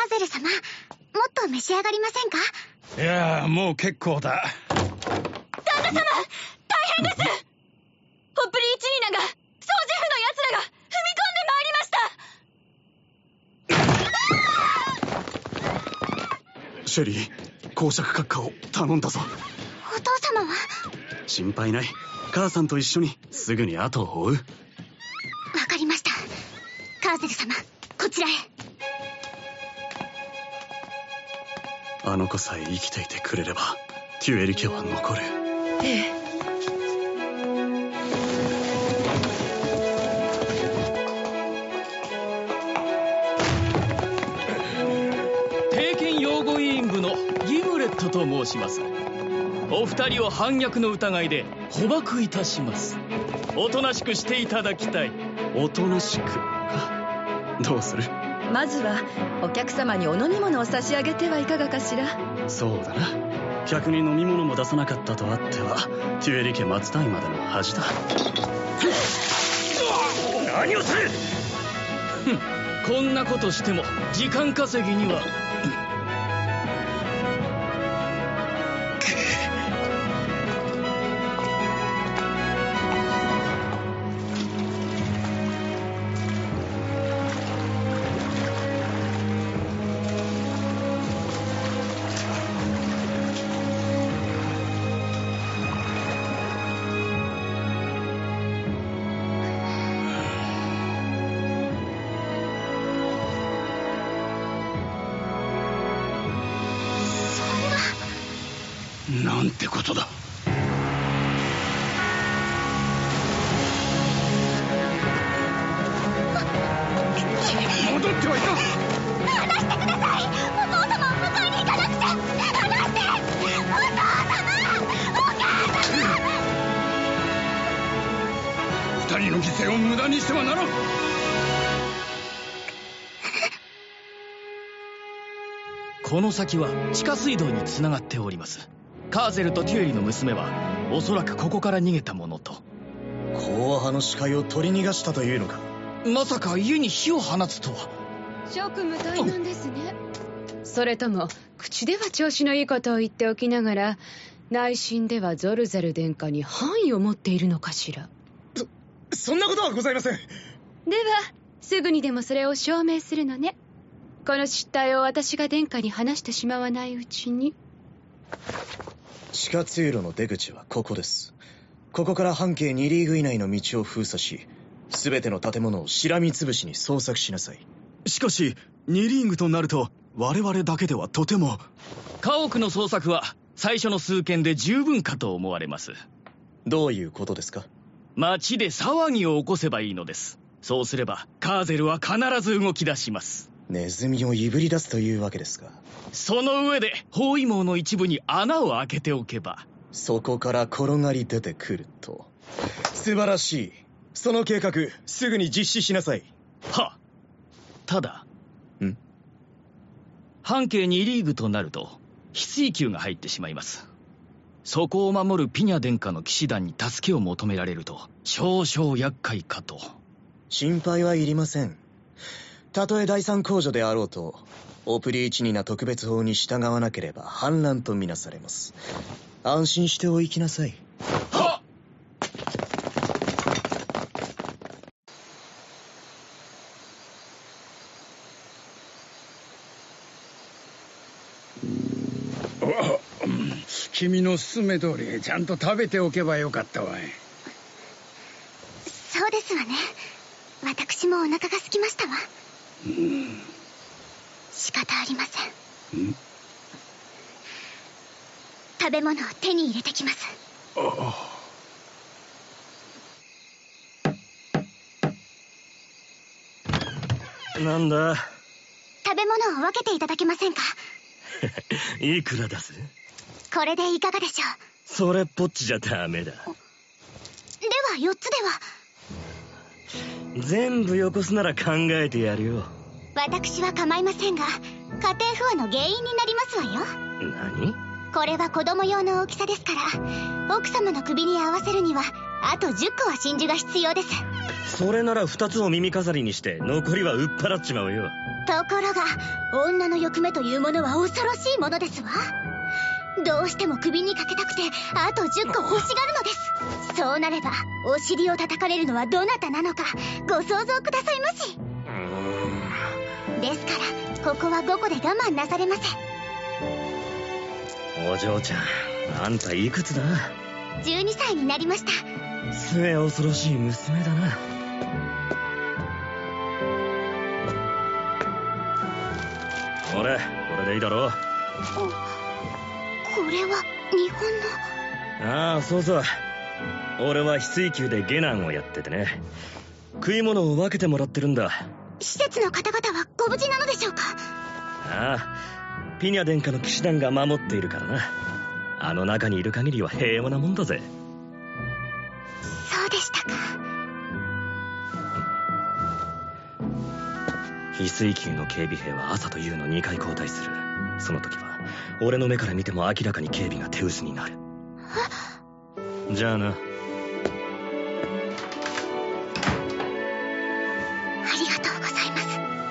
ーゼル様、もっと召し上がりませんか？ いや、もう結構だ。 旦那様、大変です。ホップリーチーナが、掃除婦の奴らが踏み込んでまいりました。 シェリー、公爵閣下を頼んだぞ。 お父様は？ 心配ない。母さんと一緒にすぐに後を追う。 わかりました。カーゼル様、こちらへ。 あの子さえ生きていてくれればテュエリ家は残る。 ええ。 帝拳擁護委員部のギムレットと申します。お二人を反逆の疑いで捕獲いたします。おとなしくしていただきたい。 おとなしくか。どうする？ まずはお客様にお飲み物を差し上げてはいかがかしら。 そうだな。客に飲み物も出さなかったとあってはテュエリ家末代までの恥だ。 何をする！こんなことしても時間稼ぎには。 なんてことだ。戻ってはいかん。 離してください。お父様を迎えに行かなくちゃ。離して。お父様、お母様。 二人の犠牲を無駄にしてはならん。 この先は地下水道につながっております。カーゼルとテュエリの娘はおそらくここから逃げたものと。 講派の視界を取り逃がしたというのか。 まさか家に火を放つとは。 職務怠慢ですね。それとも口では調子のいいことを言っておきながら内心ではゾルゼル殿下に範囲を持っているのかしら。 そんなことはございません。 ではすぐにでもそれを証明するのね。この失態を私が殿下に話してしまわないうちに。 地下通路の出口はここです。ここから半径2リーグ以内の道を封鎖し、全ての建物をしらみつぶしに捜索しなさい。 しかし2リーグとなると我々だけではとても。 家屋の捜索は最初の数件で十分かと思われます。 どういうことですか？ 街で騒ぎを起こせばいいのです。そうすればカーゼルは必ず動き出します。 ネズミをいぶり出すというわけですか。 その上で包囲網の一部に穴を開けておけば、 そこから転がり出てくると。素晴らしい。その計画すぐに実施しなさい。 はっ。ただ半径2リーグとなると翡翠宮が入ってしまいます。そこを守るピニャ殿下の騎士団に助けを求められると少々厄介かと。 心配はいりません。たとえ第三公女であろうとオプリーチニナ特別法に従わなければ反乱とみなされます。安心してお行きなさい。 はっ。 君の勧め通りちゃんと食べておけばよかったわい。 そうですわね。私もお腹が空きましたわ。仕方ありません。食べ物を手に入れてきます。 なんだ。 食べ物を分けていただけませんか？ いくら出す？ これでいかがでしょう？ それっぽっちじゃダメだ。 では4つでは？ 全部よこすなら考えてやるよ。 私は構いませんが、家庭不和の原因になりますわよ。 何？ これは子供用の大きさですから、奥様の首に合わせるにはあと10個は真珠が必要です。 それなら2つを耳飾りにして残りは売っ払っちまうよ。 ところが女の欲目というものは恐ろしいものですわ。どうしても首にかけたくてあと10個欲しがるのです。そうなればお尻を叩かれるのはどなたなのかご想像くださいまし。ですからここは5個で我慢なされませ。 お嬢ちゃん、あんたいくつだ ？12歳になりました。 末恐ろしい娘だな。これでいいだろう。 これは日本の。 ああ、そうそう。俺は翡翠宮で下男をやっててね、食い物を分けてもらってるんだ。 施設の方々はご無事なのでしょうか？ ああ、ピニャ殿下の騎士団が守っているからな。あの中にいる限りは平和なもんだぜ。 そうでしたか。 翡翠宮の警備兵は朝と夕の2回交代する。その時は俺の目から見ても明らかに警備が手薄になる。じゃあな。 ありがとうございます。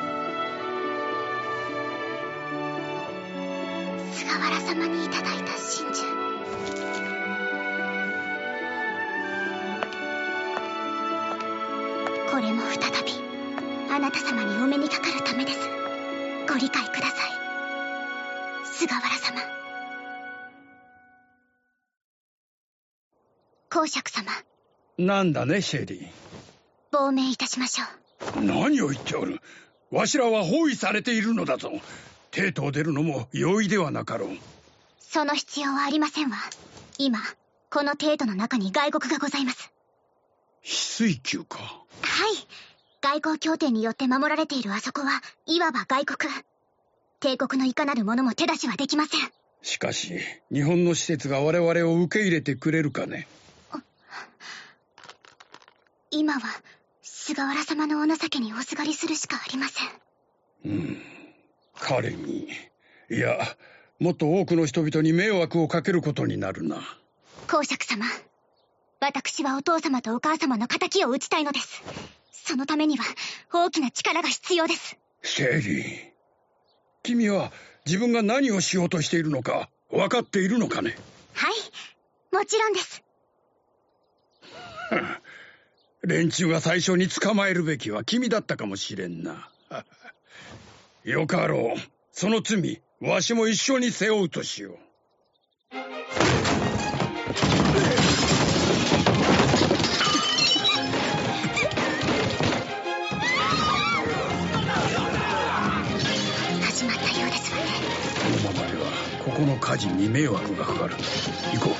菅原様にいただいた真珠。これも再びあなた様にお目にかかるためです。ご理解ください、菅原様。公爵様。 なんだね、シェリー。 亡命いたしましょう。 何を言っておる。わしらは包囲されているのだぞ。帝都を出るのも容易ではなかろう。 その必要はありませんわ。今この帝都の中に外国がございます。 翡翠宮か。 はい、外交協定によって守られているあそこはいわば外国。帝国のいかなるものも手出しはできません。 しかし日本の施設が我々を受け入れてくれるかね。 今は菅原様のお情けにおすがりするしかありません。 彼に、いやもっと多くの人々に迷惑をかけることになるな。 公爵様、私はお父様とお母様の仇を討ちたいのです。そのためには大きな力が必要です。 シェリー、君は自分が何をしようとしているのか分かっているのかね。 はい、もちろんです。 連中が最初に捕まえるべきは君だったかもしれんな。よかろう。その罪わしも一緒に背負うとしよう。 始まったようですわね。 このままではここの火事に迷惑がかかる。行こう。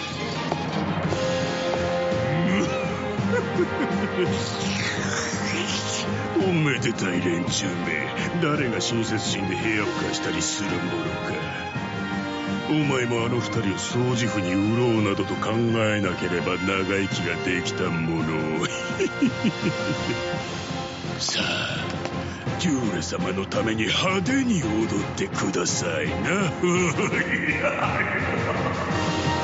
おめでたい連中め。誰が親切心で部屋を貸したりするものか。お前もあの二人を掃除婦に売ろうなどと考えなければ長生きができたもの。さあデューレ様のために派手に踊ってくださいな。